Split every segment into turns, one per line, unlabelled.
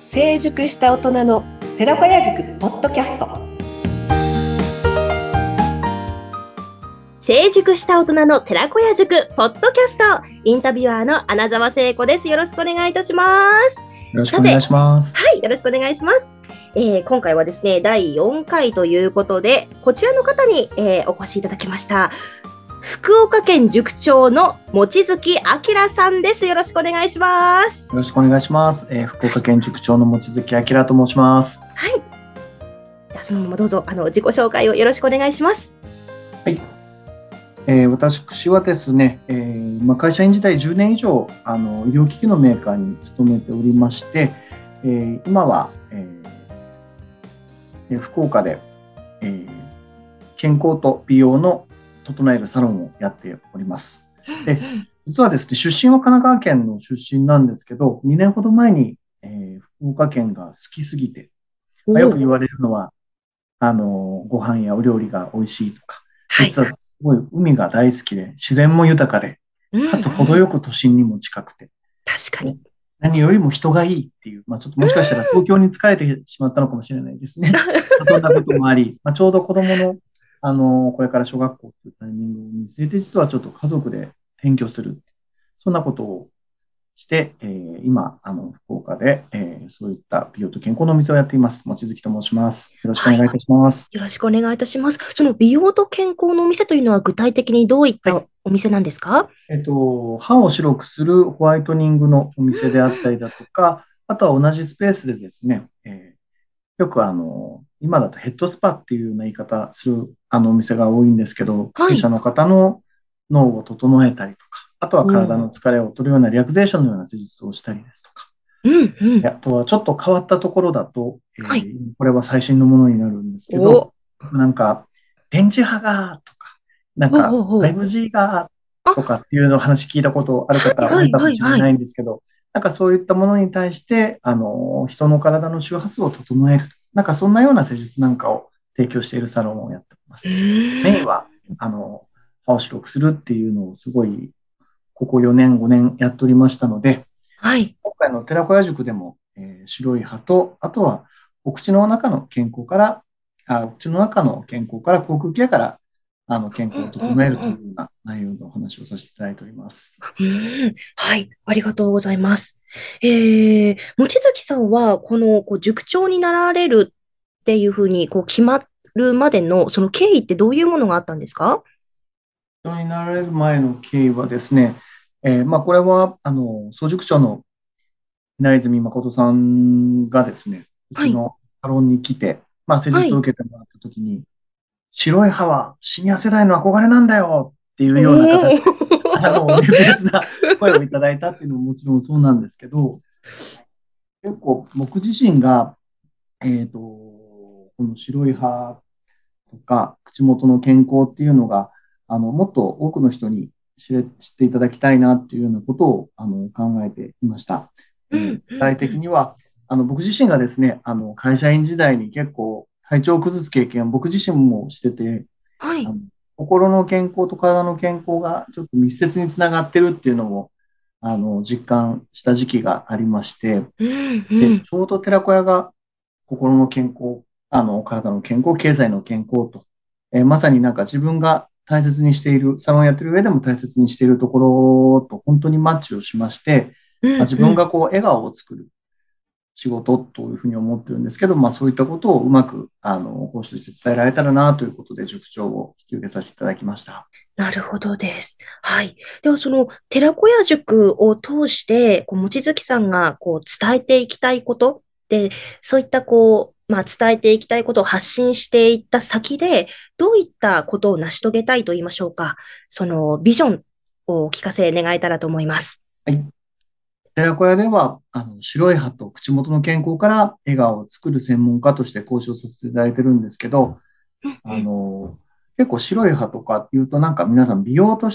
成熟した大人の寺子屋塾ポッドキャスト。
成熟した大人の寺子屋塾ポッドキャスト、インタビュアーの穴澤聖子です。よろしくお願いいたします。
よろしくお願いします。
はい、よろしくお願いします。今回はですね、第4回ということで、こちらの方に、お越しいただきました。福岡県塾長の望月明さんです。よろしくお願いします。
よろしくお願いします。福岡県塾長の望月明と申します。
はい。ではそのままどうぞ自己紹介をよろしくお願いします。
はい。私はですね、会社員時代10年以上医療機器のメーカーに勤めておりまして、今は、福岡で、健康と美容の整えるサロンをやっております。で、実はですね、出身は神奈川県の出身なんですけど、2年ほど前に、福岡県が好きすぎて、よく言われるのは、ご飯やお料理が美味しいとか、実はすごい海が大好きで、自然も豊かで、かつ程よく都心にも近くて、
確かに。
何よりも人がいいっていう、ちょっともしかしたら東京に疲れてしまったのかもしれないですね。そんなこともあり、ちょうど子供のこれから小学校というタイミングを見据えて、実はちょっと家族で転居する。そんなことをして、今、福岡で、そういった美容と健康のお店をやっています。望月と申します。よろしくお願いいたします。
よろしくお願いいたします。その美容と健康のお店というのは具体的にどういったお店なんですか？
歯を白くするホワイトニングのお店であったりだとか、あとは同じスペースでですね、よく今だとヘッドスパっていうような言い方するお店が多いんですけど、経営者の方の脳を整えたりとか、あとは体の疲れを取るようなリラクゼーションのような施術をしたりですとか、あとはちょっと変わったところだと、これは最新のものになるんですけど、なんか電磁波がとか、なんか 5G がとかっていうのを話聞いたことある方多いかもしれないんですけど、なんかそういったものに対して、人の体の周波数を整える。なんかそんなような施術なんかを提供しているサロンをやっています。メインは、歯を白くするっていうのをすごい、ここ4年、5年やっておりましたので、今回の寺子屋塾でも、白い歯と、あとはお口の中の健康から、お口の中の健康から口腔ケアから、健康を整えるというような内容のお話をさせていただいております。
はい、ありがとうございます。望月さんは、この塾長になられるっていうふうに決まるまでのその経緯ってどういうものがあったんですか？
塾長になられる前の経緯はですね、これは、総塾長の稲泉誠さんがですね、うちのサロンに来て、施術を受けてもらったときに、白い歯はシニア世代の憧れなんだよっていうような形で、熱烈な声をいただいたっていうのももちろんそうなんですけど、結構僕自身が、この白い歯とか口元の健康っていうのが、もっと多くの人に知っていただきたいなっていうようなことを考えていました。具体的には、僕自身がですね、会社員時代に結構体調を崩す経験を僕自身もしてて、心の健康と体の健康がちょっと密接につながってるっていうのを実感した時期がありまして、でちょうど寺子屋が心の健康、体の健康、経済の健康と、まさになんか自分が大切にしている、サロンやってる上でも大切にしているところと本当にマッチをしまして、自分が笑顔を作る仕事というふうに思ってるんですけど、そういったことをうまく、講師として伝えられたらなということで、塾長を引き受けさせていただきました。
なるほどです。はい。では、その、寺子屋塾を通して、望月さんが、伝えていきたいことで、そういった、伝えていきたいことを発信していった先で、どういったことを成し遂げたいと言いましょうか。その、ビジョンをお聞かせ願えたらと思います。
はい。寺子屋では、白い歯と口元の健康から笑顔を作る専門家として講師をさせていただいてるんですけど、結構白い歯とかっていうとなんか皆さん美容と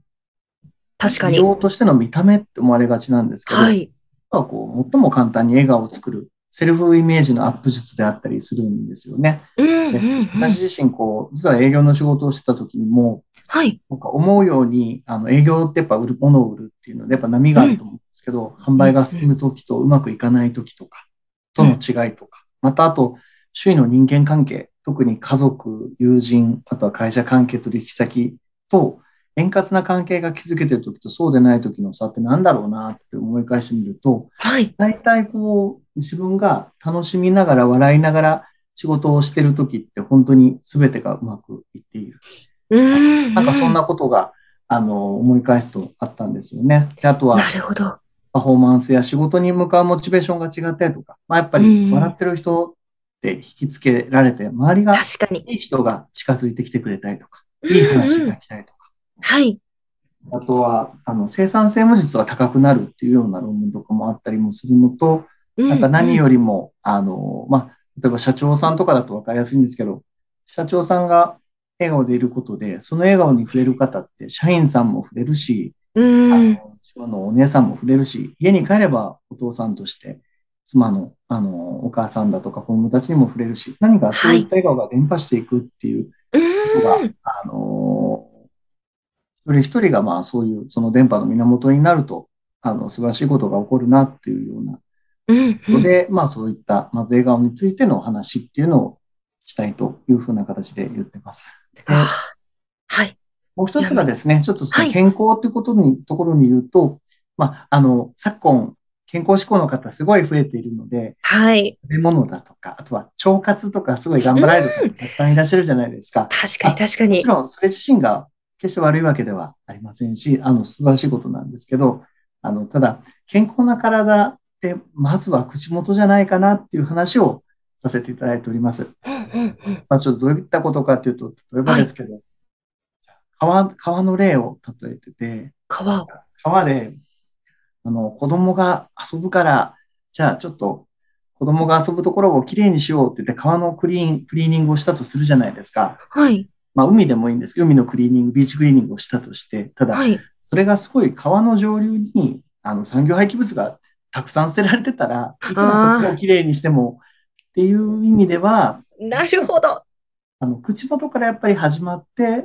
しての見た目って思われがちなんですけど、最も簡単に笑顔を作るセルフイメージのアップ術であったりするんですよね。私自身実は営業の仕事をしてた時にも、なんか思うように営業ってやっぱ物を売るっていうのでやっぱ波があると思うんですけど、販売が進む時とうまくいかない時とか、 との違いとか、またあと、周囲の人間関係、特に家族、友人、あとは会社関係、取引先と円滑な関係が築けている時とそうでない時の差って何だろうなって思い返してみると、
はい。
大体こう、自分が楽しみながら笑いながら仕事をしている時って本当に全てがうまくいっている。
うーん。
なんかそんなことが、思い返すとあったんですよね。で、あと
な
は、
るほど。
パフォーマンスや仕事に向かうモチベーションが違ったりとか、まあ、やっぱ
う
り笑
ん。
ってる人って引きつけられて、周りが
確かに。
いい人が近づいてきてくれたりとか、
う
いい話
んうん。
が来たりとか、
はい。
あとは、生産性も実は高くなるっていうような論文とかもあったりもするのと、
う
なんか何
んうん。
よりも、まあ、例えば社長さんとかだと分かりやすいんですけど、社長さんが笑顔でいることで、その笑顔に触れる方って社員さんも触れるし、
うん。
自分のお姉さんも触れるし、家に帰ればお父さんとして、妻の、お母さんだとか子供たちにも触れるし、何かそういった
はい。
笑顔が伝播していくっていう
う
ことが、
ーん。
一人一人がまあそういうその電波の源になると、素晴らしいことが起こるなっていうような
うんうん。
ので、まあそういった、まず笑顔についての話っていうのをしたいというふうな形で言ってます。で、
ああ、はい。
もう一
いや、
つがですね、ちょっとその
はい。
健康というところに言うと、まあ、昨今、健康志向の方すごい増えているので、
はい。
食べ物だとか、あとは腸活とかすごい頑
う
張られる方
ーん。
たくさんいらっしゃるじゃないですか。
確かに
まあ、もち
確かに。
ろんそれ自身が決して悪いわけではありませんし、素晴らしいことなんですけど、ただ、健康な体ってまずは口元じゃないかなっていう話をさせていただいております。
うんうんうん。
まあ、ちょっとどういったことかというと、例えば
はい。
ですけど、川の例を例えてて、なん
皮。
か川で、子供が遊ぶから、じゃあちょっと子供が遊ぶところをきれいにしようって言って川のクリーニングをしたとするじゃないですか。
はい。
まあ海でもいいんですけど、海のクリーニング、ビーチクリーニングをしたとして、ただ、
はい。
それがすごい川の上流に、産業廃棄物がたくさん捨てられてたら、いくらそこを
あ
きれいにしてもっていう意味では、
あ、なるほど。
口元からやっぱり始まって、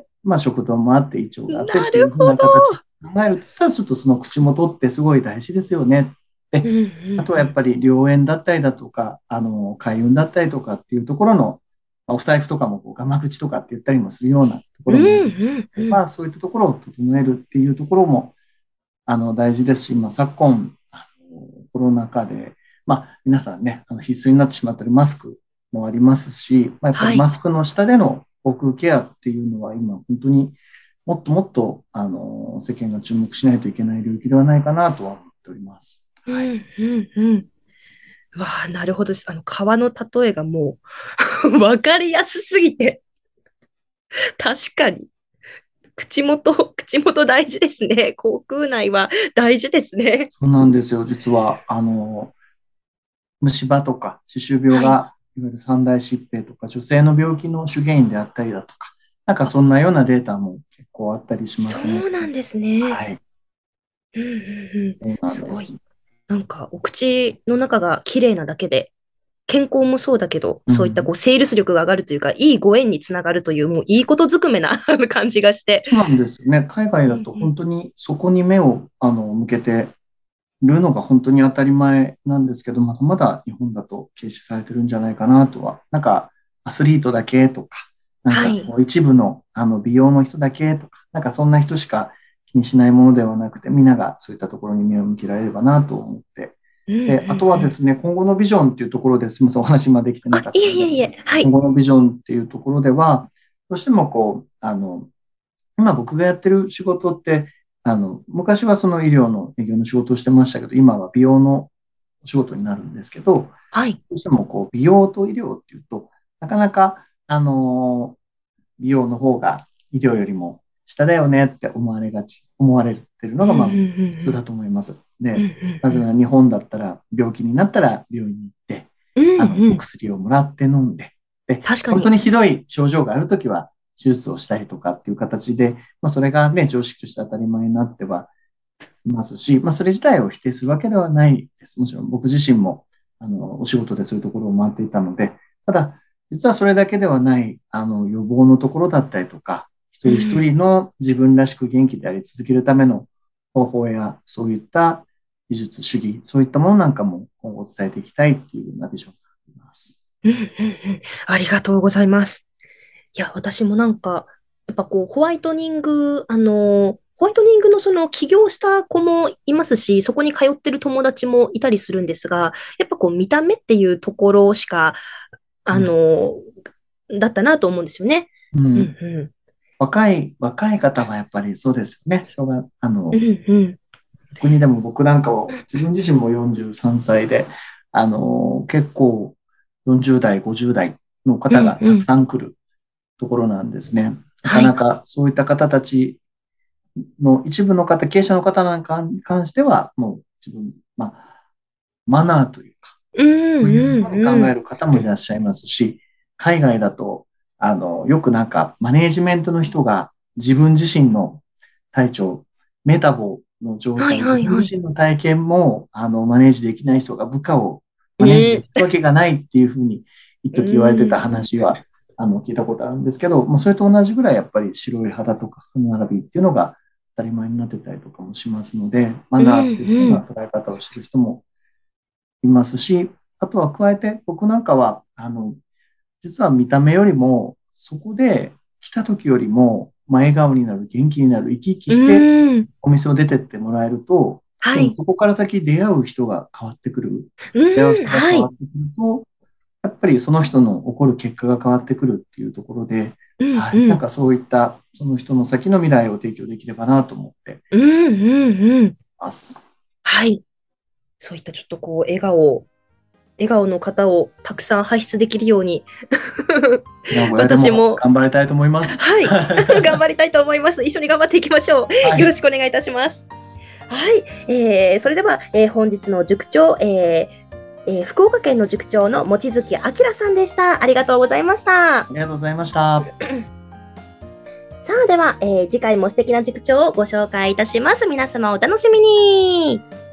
まあ、食道もあって、胃腸があって
な
っていうふう
るほど。
な形で考えると、さあちょっとその口元ってすごい大事ですよね。で、
うんうんうん。
あとはやっぱり良縁だったりだとか、開運だったりとかっていうところの、まあお財布とかもこうガマ口とかって言ったりもするようなとこ
うん
ろもある
うんうん。
ので、まあそういったところを整えるっていうところも、大事ですし、まあ昨今、コロナ禍で、まあ皆さんね、必須になってしまっているマスクもありますし、まあ、やっぱり
はい。
マスクの下での口腔ケアっていうのは今本当にもっともっと、世間が注目しないといけない領域ではないかなとは思っております。はい。
うんうんうん。わあ、なるほどです。皮の例えがもうわかりやすすぎて、確かに。口元大事ですね。口腔内は大事ですね。
そうなんですよ。実は、虫歯とか歯周病
はい。
が、いわゆる三大疾病とか、女性の病気の主原因であったりだとか、なんか
あ、
そんなようなデータも結構あったりしま
そ
すので、
うなんですね。
はい。
うんうんうん。
そうなんです。
すごい。なんか、お口の中が綺麗なだけで、健康もそうだけど、そういった
うん。
こうセールス力が上がるというか、いいご縁につながるという、もういいことずくめな感じがして。
そうなんですよね。海外だと
うんうん。
本当にそこに目を向けてるのが本当に当たり前なんですけど、まだまだ日本だと軽視されてるんじゃないかなとは。なんかアスリートだけとか、なんか
はい。
こう一部の美容の人だけとか、なんかそんな人しか気にしないものではなくて、みんながそういったところに目を向けられればなと思って。
うんうん
で、あとは
うん。
ですね、今後のビジョンっていうところですみません、お話まできてな
あ、
かっ
い
たんで、
えいえいえ。はい。
今後のビジョンっていうところでは、どうしてもこう、今僕がやってる仕事って、昔はその医療の営業の仕事をしてましたけど、今は美容のお仕事になるんですけど、ど
はい。
うしてもこう美容と医療っていうと、なかなか、美容の方が医療よりも下だよねって思われてるのがまあ
うんうんうんうん。
普通だと思います。
うん
で、まず
うん
は日本だったら病気になったら病院に行って、
うん。うんう
お
ん。
薬をもらって飲んで、で、
確かに。
本当にひどい症状があるときは手術をしたりとかっていう形で、まあ、それがね、常識として当たり前になってはいますし、まあ、それ自体を否定するわけではないです。もちろん僕自身も、お仕事でそういうところを回っていたので、ただ、実はそれだけではない、予防のところだったりとか、一人一
うん。
人の自分らしく元気であり続けるための方法や、そういった技術主義、そういったものなんかも今後伝えていきたいっていうようなビジョンがあります。
うんうんうん。ありがとうございます。いや、私もなんか、やっぱこう、ホワイトニングのその起業した子もいますし、そこに通ってる友達もいたりするんですが、やっぱこう、見た目っていうところしか、あ
うん。
の、だったなと思うんですよね。うん
うん。
う
若い方はやっぱりそうですよね。
ん。うんうん。
特にでも僕なんかを、自分自身も43歳で、結構40代、50代の
う
方がたく
んうん。
さん来るところなんですね。なか
はい。
なかそういった方たちの一部の方、経営者の方なんかに関しては、もう自分、マナーというか、
うん
そういうふうに考
うんうん。
える方もいらっしゃいますし、海外だと、よくなんか、マネージメントの人が自分自身の体調、メタボの状
はい
態、自
はいはい。
分自身の体験も、マネージできない人が部下をマネージで
ね。
きるわけがないっていうふうに、一
う
時言われてた
ん。
話は、聞いたことあるんですけど、もうそれと同じぐらいやっぱり白い肌とか歯並びっていうのが当たり前になってたりとかもしますので、マ
うん
ナーっていうふう
うん。
な捉え方をしている人もいますし、あとは加えて、僕なんかは、実は見た目よりも、そこで来た時よりも、笑顔になる、元気になる、生き生き
う
して
ん。
お店を出てってもらえると、
はい。
でもそこから先出会う人が変わってくる。出会う
うん。
人が
はい。
変わってくると、やっぱりその人の起こる結果が変わってくるっていうところで、
うん
はい。
うん。
なんかそういった、その人の先の未来を提供できればなと思って
うんうんうん。
ます。
はい。そういったちょっとこう、笑顔の方をたくさん輩出できるように
今後で
私も、
も頑張りたいと思います。
はい、頑張りたいと思います。一緒に頑張っていきましょう。よろ
はい。
しくお願いいたします。はい。それでは、本日の塾長、福岡県の塾長の望月明さんでした。ありがとうございました。
ありがとうございました。
さあ、では、次回も素敵な塾長をご紹介いたします。皆様お楽しみに。